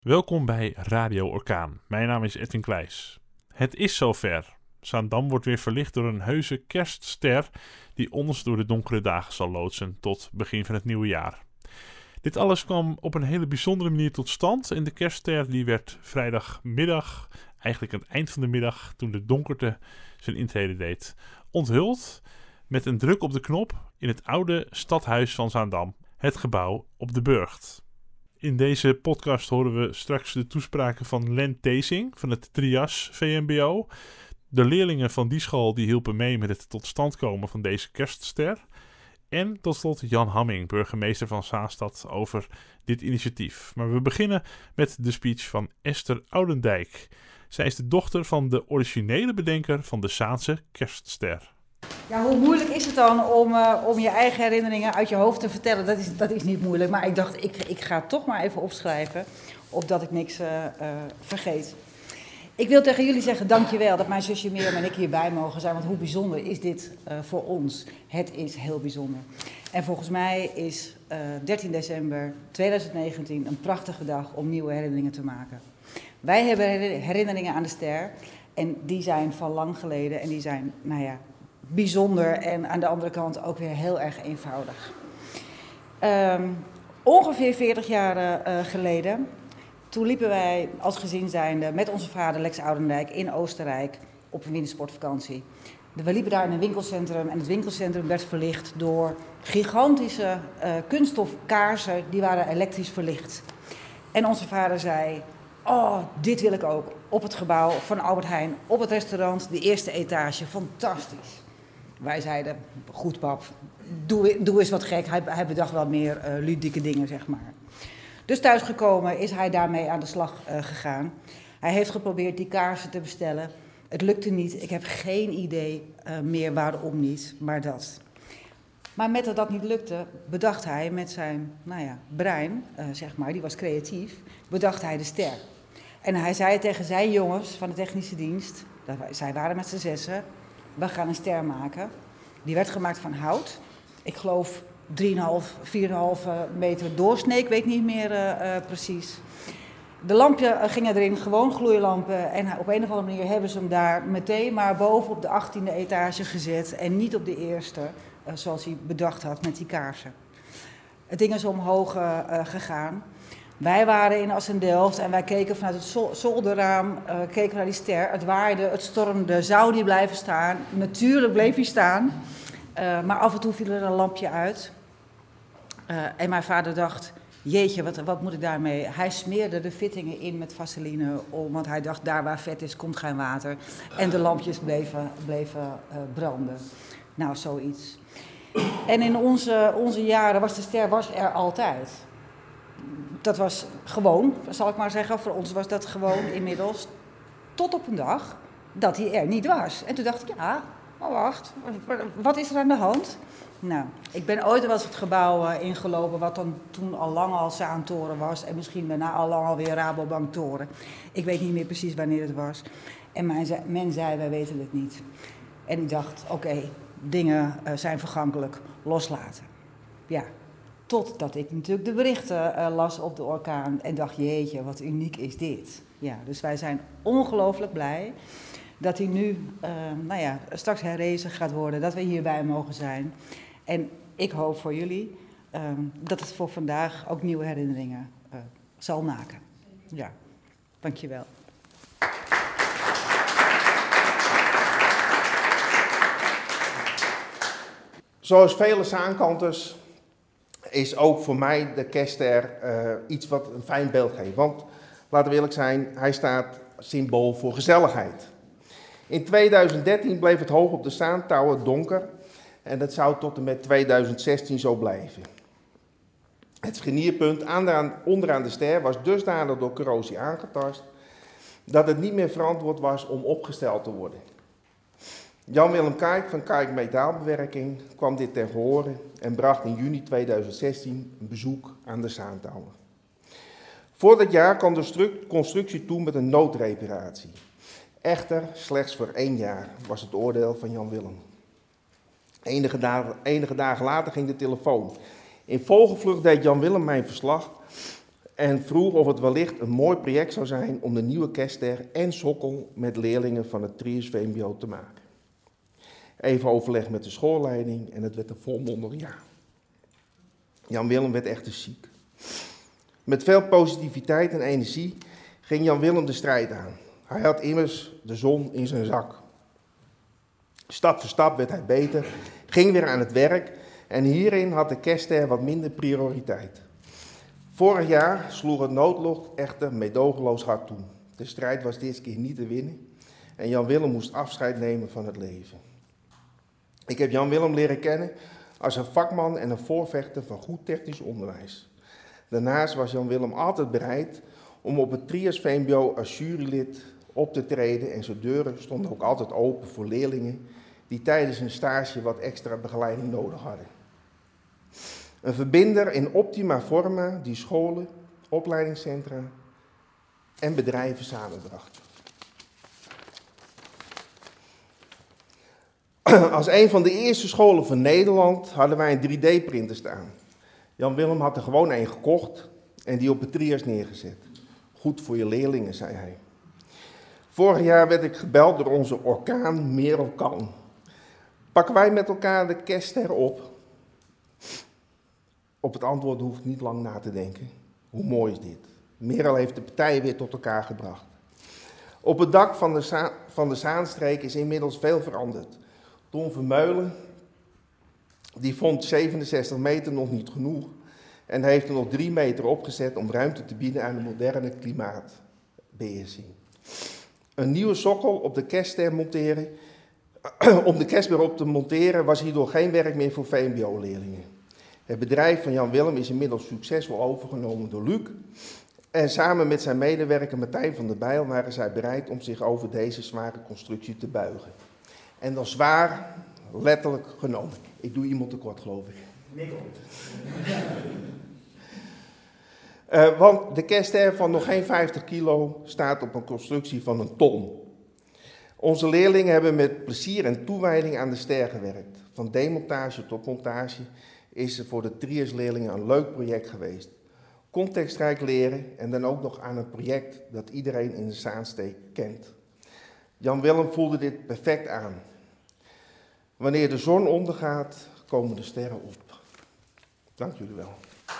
Welkom bij Radio Orkaan. Mijn naam is Edwin Kleijs. Het is zover. Zaandam wordt weer verlicht door een heuse kerstster die ons door de donkere dagen zal loodsen tot begin van het nieuwe jaar. Dit alles kwam op een hele bijzondere manier tot stand en de kerstster die werd vrijdagmiddag, eigenlijk aan het eind van de middag, toen de donkerte zijn intrede deed, onthuld met een druk op de knop in het oude stadhuis van Zaandam, het gebouw op de Burgt. In deze podcast horen we straks de toespraken van Len Theesing van het Trias VMBO. De leerlingen van die school die hielpen mee met het tot stand komen van deze kerstster. En tot slot Jan Hamming, burgemeester van Zaanstad, over dit initiatief. Maar we beginnen met de speech van Esther Oudendijk. Zij is de dochter van de originele bedenker van de Zaanse kerstster. Ja, hoe moeilijk is het dan om je eigen herinneringen uit je hoofd te vertellen? Dat is niet moeilijk, maar ik dacht, ik ga het toch maar even opschrijven, opdat ik niks vergeet. Ik wil tegen jullie zeggen, dankjewel dat mijn zusje Mirjam en ik hierbij mogen zijn, want hoe bijzonder is dit voor ons? Het is heel bijzonder. En volgens mij is 13 december 2019 een prachtige dag om nieuwe herinneringen te maken. Wij hebben herinneringen aan de ster en die zijn van lang geleden en die zijn, bijzonder en aan de andere kant ook weer heel erg eenvoudig. Ongeveer 40 jaar geleden, toen liepen wij als gezin zijnde met onze vader Lex Oudendijk in Oostenrijk op een wintersportvakantie. We liepen daar in een winkelcentrum en het winkelcentrum werd verlicht door gigantische kunststofkaarsen, die waren elektrisch verlicht. En onze vader zei, oh, dit wil ik ook, op het gebouw van Albert Heijn, op het restaurant, de eerste etage, fantastisch. Wij zeiden, goed pap, doe eens wat gek. Hij bedacht wel meer ludieke dingen, zeg maar. Dus thuisgekomen is hij daarmee aan de slag gegaan. Hij heeft geprobeerd die kaarsen te bestellen. Het lukte niet. Ik heb geen idee meer waarom niet, maar dat. Maar met dat niet lukte, bedacht hij met zijn brein, die was creatief, bedacht hij de ster. En hij zei tegen zijn jongens van de technische dienst, zij waren met z'n zessen, we gaan een ster maken. Die werd gemaakt van hout. Ik geloof 3,5, 4,5 meter doorsnee, ik weet niet meer precies. De lampjes gingen erin, gewoon gloeilampen. En op een of andere manier hebben ze hem daar meteen maar boven op de 18e etage gezet. En niet op de eerste, zoals hij bedacht had met die kaarsen. Het ding is omhoog gegaan. Wij waren in Assendelft en wij keken vanuit het zolderraam, keken naar die ster. Het waaide, het stormde, zou die blijven staan? Natuurlijk bleef hij staan, maar af en toe viel er een lampje uit. En mijn vader dacht, jeetje, wat moet ik daarmee? Hij smeerde de fittingen in met vaseline, want hij dacht, daar waar vet is, komt geen water. En de lampjes bleven branden. Nou, zoiets. En in onze jaren was de ster er altijd. Dat was gewoon, zal ik maar zeggen. Voor ons was dat gewoon inmiddels. Tot op een dag dat hij er niet was. En toen dacht ik, ja, maar wacht, wat is er aan de hand? Nou, ik ben ooit wel eens het gebouw ingelopen, wat dan toen al lang al Zaantoren was. En misschien daarna al lang alweer Rabobanktoren. Ik weet niet meer precies wanneer het was. En men zei, wij weten het niet. En ik dacht, oké, dingen zijn vergankelijk, loslaten. Ja. Totdat ik natuurlijk de berichten las op de orkaan en dacht, jeetje, wat uniek is dit. Ja, dus wij zijn ongelooflijk blij dat hij nu straks herrezen gaat worden, dat we hierbij mogen zijn. En ik hoop voor jullie dat het voor vandaag ook nieuwe herinneringen zal maken. Ja, dankjewel. Zoals vele Zaankanters is ook voor mij de kerstster iets wat een fijn beeld geeft. Want, laten we eerlijk zijn, hij staat symbool voor gezelligheid. In 2013 bleef het hoog op de Zaantouwen donker en dat zou tot en met 2016 zo blijven. Het scharnierpunt onderaan de ster was dusdanig door corrosie aangetast dat het niet meer verantwoord was om opgesteld te worden. Jan-Willem Kaik van Kaik Metaalbewerking kwam dit ten gehore en bracht in juni 2016 een bezoek aan de Zaantouwen. Voor dat jaar kwam de constructie toe met een noodreparatie. Echter, slechts voor 1 jaar was het oordeel van Jan Willem. Enige dagen later ging de telefoon. In vogelvlucht deed Jan Willem mijn verslag En vroeg of het wellicht een mooi project zou zijn om de nieuwe kerstster en sokkel met leerlingen van het Trius VMBO te maken. Even overleg met de schoolleiding en het werd een volmondig ja. Jan Willem werd echter ziek. Met veel positiviteit en energie ging Jan Willem de strijd aan. Hij had immers de zon in zijn zak. Stap voor stap werd hij beter, ging weer aan het werk en hierin had de kerstster wat minder prioriteit. Vorig jaar sloeg het noodlot echter meedogenloos hard toe. De strijd was deze keer niet te winnen en Jan Willem moest afscheid nemen van het leven. Ik heb Jan Willem leren kennen als een vakman en een voorvechter van goed technisch onderwijs. Daarnaast was Jan Willem altijd bereid om op het Trius VMBO als jurylid op te treden en zijn deuren stonden ook altijd open voor leerlingen die tijdens een stage wat extra begeleiding nodig hadden. Een verbinder in optima forma die scholen, opleidingscentra en bedrijven samenbracht. Als een van de eerste scholen van Nederland hadden wij een 3D-printer staan. Jan Willem had er gewoon een gekocht en die op het Trius neergezet. Goed voor je leerlingen, zei hij. Vorig jaar werd ik gebeld door onze orkaan Merel Kan. Pakken wij met elkaar de kerstster op? Op het antwoord hoef ik niet lang na te denken. Hoe mooi is dit? Merel heeft de partijen weer tot elkaar gebracht. Op het dak van de Zaanstreek is inmiddels veel veranderd. Tom Vermeulen, die vond 67 meter nog niet genoeg en heeft er nog 3 meter opgezet om ruimte te bieden aan de moderne klimaatbeheersing. Een nieuwe sokkel op de kerstster monteren, om de kerstster op te monteren was hierdoor geen werk meer voor VMBO-leerlingen. Het bedrijf van Jan Willem is inmiddels succesvol overgenomen door Luc. En samen met zijn medewerker Martijn van der Bijl waren zij bereid om zich over deze zware constructie te buigen. En dan zwaar, letterlijk genomen. Ik doe iemand tekort, geloof ik. Want de kerstster van nog geen 50 kilo staat op een constructie van 1 ton. Onze leerlingen hebben met plezier en toewijding aan de ster gewerkt. Van demontage tot montage is er voor de Trius-leerlingen een leuk project geweest. Contextrijk leren en dan ook nog aan een project dat iedereen in de Zaanstreek kent. Jan Willem voelde dit perfect aan. Wanneer de zon ondergaat, komen de sterren op. Dank jullie wel.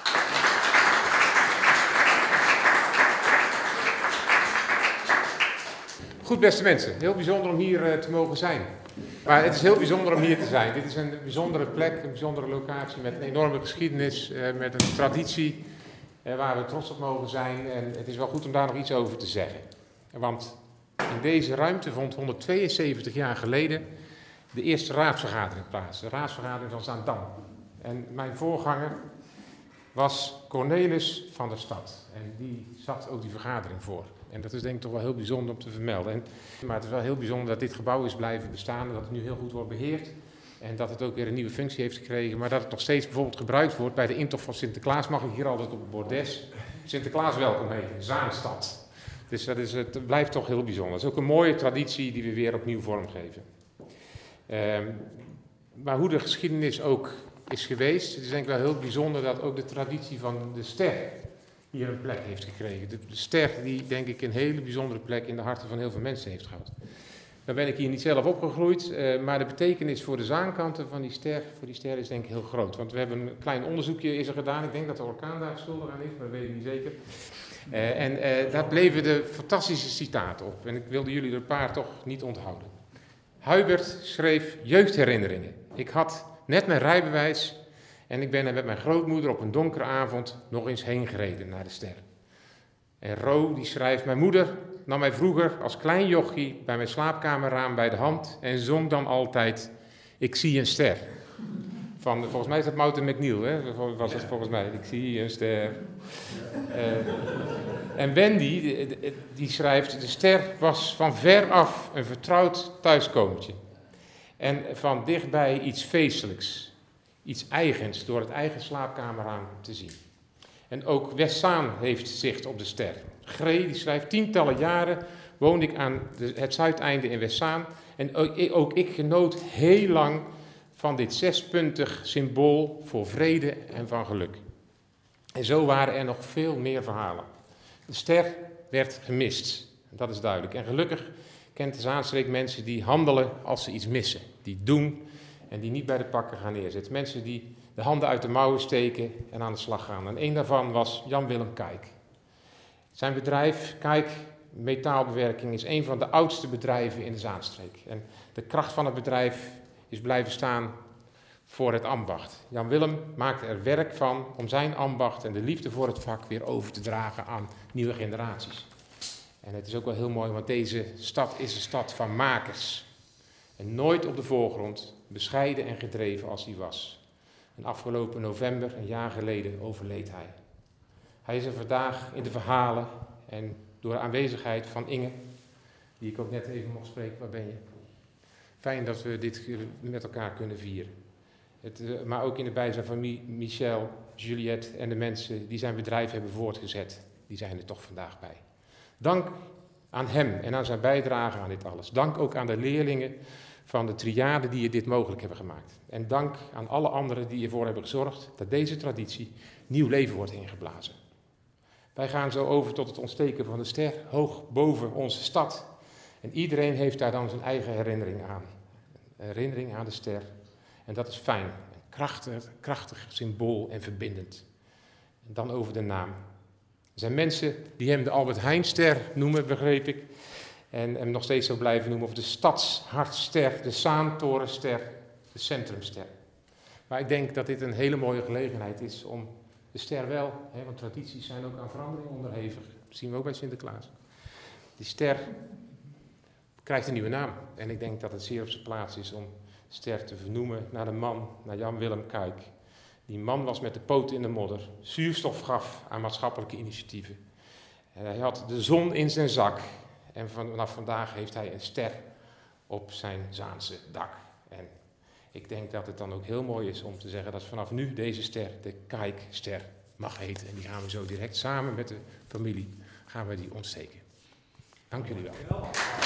Goed, beste mensen. Heel bijzonder om hier te mogen zijn. Maar het is heel bijzonder om hier te zijn. Dit is een bijzondere plek, een bijzondere locatie met een enorme geschiedenis, met een traditie waar we trots op mogen zijn. En het is wel goed om daar nog iets over te zeggen. Want in deze ruimte vond 172 jaar geleden de eerste raadsvergadering plaats. De raadsvergadering van Zaandam. En mijn voorganger was Cornelis van der Stad. En die zat ook die vergadering voor. En dat is denk ik toch wel heel bijzonder om te vermelden. Maar het is wel heel bijzonder dat dit gebouw is blijven bestaan en dat het nu heel goed wordt beheerd. En dat het ook weer een nieuwe functie heeft gekregen. Maar dat het nog steeds bijvoorbeeld gebruikt wordt bij de intocht van Sinterklaas. Mag ik hier altijd op het bordes Sinterklaas welkom heten, Zaanstad. Dus het blijft toch heel bijzonder. Het is ook een mooie traditie die we weer opnieuw vormgeven. Maar hoe de geschiedenis ook is geweest, het is denk ik wel heel bijzonder dat ook de traditie van de ster hier een plek heeft gekregen. De ster die denk ik een hele bijzondere plek in de harten van heel veel mensen heeft gehad. Dan ben ik hier niet zelf opgegroeid, maar de betekenis voor de zaankanten van die ster is denk ik heel groot. Want we hebben een klein onderzoekje is er gedaan, ik denk dat de orkaan daar schuldig aan is, maar dat weet ik niet zeker. Daar bleven de fantastische citaten op en ik wilde jullie er een paar toch niet onthouden. Hubert schreef jeugdherinneringen. Ik had net mijn rijbewijs en ik ben er met mijn grootmoeder op een donkere avond nog eens heen gereden naar de ster. En Ro die schrijft, mijn moeder nam mij vroeger als klein jochie bij mijn slaapkamerraam bij de hand en zong dan altijd, ik zie een ster. Volgens mij is dat Mouten McNeil, hè? Was het volgens mij, ik zie een ster. En Wendy, die schrijft, de ster was van ver af een vertrouwd thuiskomertje. En van dichtbij iets feestelijks, iets eigens, door het eigen slaapkamerraam te zien. En ook Westzaan heeft zicht op de ster. Gree, die schrijft, tientallen jaren woonde ik aan het zuideinde in Westzaan. En ook ik genoot heel lang van dit 6-puntig symbool voor vrede en van geluk. En zo waren er nog veel meer verhalen. De ster werd gemist, dat is duidelijk. En gelukkig kent de Zaanstreek mensen die handelen als ze iets missen. Die doen en die niet bij de pakken gaan neerzitten. Mensen die de handen uit de mouwen steken en aan de slag gaan. En één daarvan was Jan-Willem Kuyk. Zijn bedrijf, Kuyk Metaalbewerking, is een van de oudste bedrijven in de Zaanstreek. En de kracht van het bedrijf is blijven staan voor het ambacht. Jan-Willem maakte er werk van om zijn ambacht en de liefde voor het vak weer over te dragen aan nieuwe generaties. En het is ook wel heel mooi, want deze stad is een stad van makers. En nooit op de voorgrond, bescheiden en gedreven als hij was. En afgelopen november, een jaar geleden, overleed hij. Hij is er vandaag in de verhalen en door de aanwezigheid van Inge, die ik ook net even mocht spreken. Waar ben je? Fijn dat we dit met elkaar kunnen vieren. Maar ook in de bijzijn van Michel, Juliette en de mensen die zijn bedrijf hebben voortgezet. Die zijn er toch vandaag bij. Dank aan hem en aan zijn bijdrage aan dit alles. Dank ook aan de leerlingen van de triade die dit mogelijk hebben gemaakt. En dank aan alle anderen die ervoor hebben gezorgd dat deze traditie nieuw leven wordt ingeblazen. Wij gaan zo over tot het ontsteken van de ster hoog boven onze stad. En iedereen heeft daar dan zijn eigen herinnering aan. Een herinnering aan de ster. En dat is fijn. Een krachtig symbool en verbindend. En dan over de naam. Er zijn mensen die hem de Albert Heijnster noemen, begreep ik. En hem nog steeds zo blijven noemen. Of de Stadshartster, de Zaantorenster, de Centrumster. Maar ik denk dat dit een hele mooie gelegenheid is om de ster wel, want tradities zijn ook aan verandering onderhevig. Dat zien we ook bij Sinterklaas. Die ster krijgt een nieuwe naam. En ik denk dat het zeer op zijn plaats is om de ster te vernoemen naar de man, naar Jan-Willem Kuyk. Die man was met de poten in de modder, zuurstof gaf aan maatschappelijke initiatieven. En hij had de zon in zijn zak. En vanaf vandaag heeft hij een ster op zijn Zaanse dak. En ik denk dat het dan ook heel mooi is om te zeggen dat vanaf nu deze ster de Kuyk-ster mag heten. En die gaan we zo direct samen met de familie gaan we die ontsteken. Dank jullie wel.